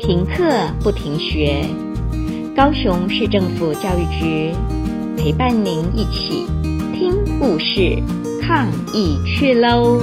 停课不停学，高雄市政府教育局陪伴您一起听故事，抗疫去喽！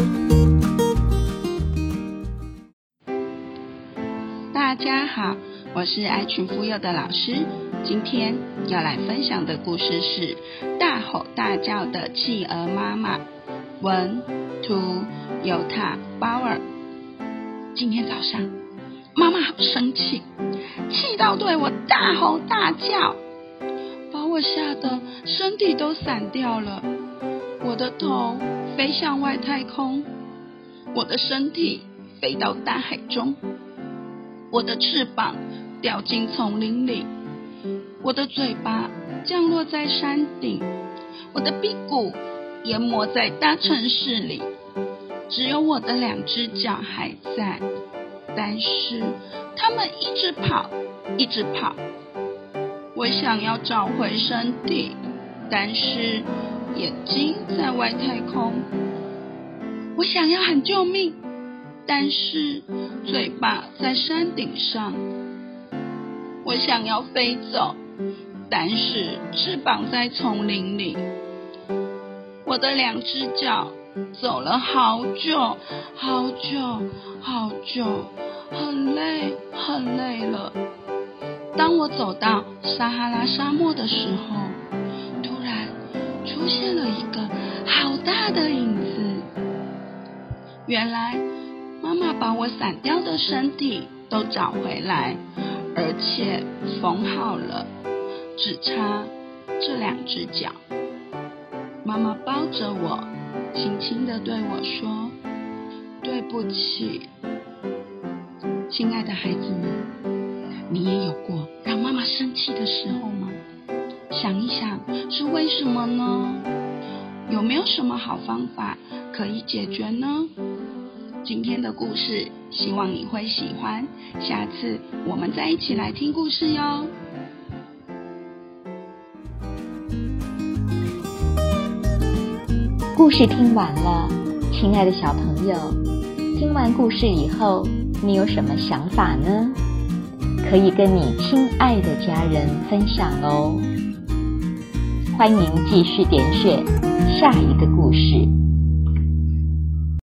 大家好，我是爱群妇幼的老师，今天要来分享的故事是大吼大叫的企鹅妈妈，文图尤塔鲍尔。今天早上妈妈好生气，气到对我大吼大叫，把我吓得身体都散掉了。我的头飞向外太空，我的身体飞到大海中，我的翅膀掉进丛林里，我的嘴巴降落在山顶，我的屁股淹没在大城市里，只有我的2只脚还在，但是它们一直跑，一直跑。我想要找回身体，但是眼睛在外太空。我想要喊救命，但是嘴巴在山顶上。我想要飞走，但是翅膀在丛林里。我的2只脚走了好久好久好久，很累很累了。当我走到撒哈拉沙漠的时候，突然出现了一个好大的影子。原来妈妈把我散掉的身体都找回来，而且缝好了，只差这2只脚。妈妈抱着我，轻轻地对我说：“对不起。”亲爱的孩子们，你也有过让妈妈生气的时候吗？想一想，是为什么呢？有没有什么好方法可以解决呢？今天的故事希望你会喜欢，下次我们再一起来听故事哟。 故事听完了，亲爱的小朋友，听完故事以后，你有什么想法呢？可以跟你亲爱的家人分享哦。欢迎继续点选下一个故事。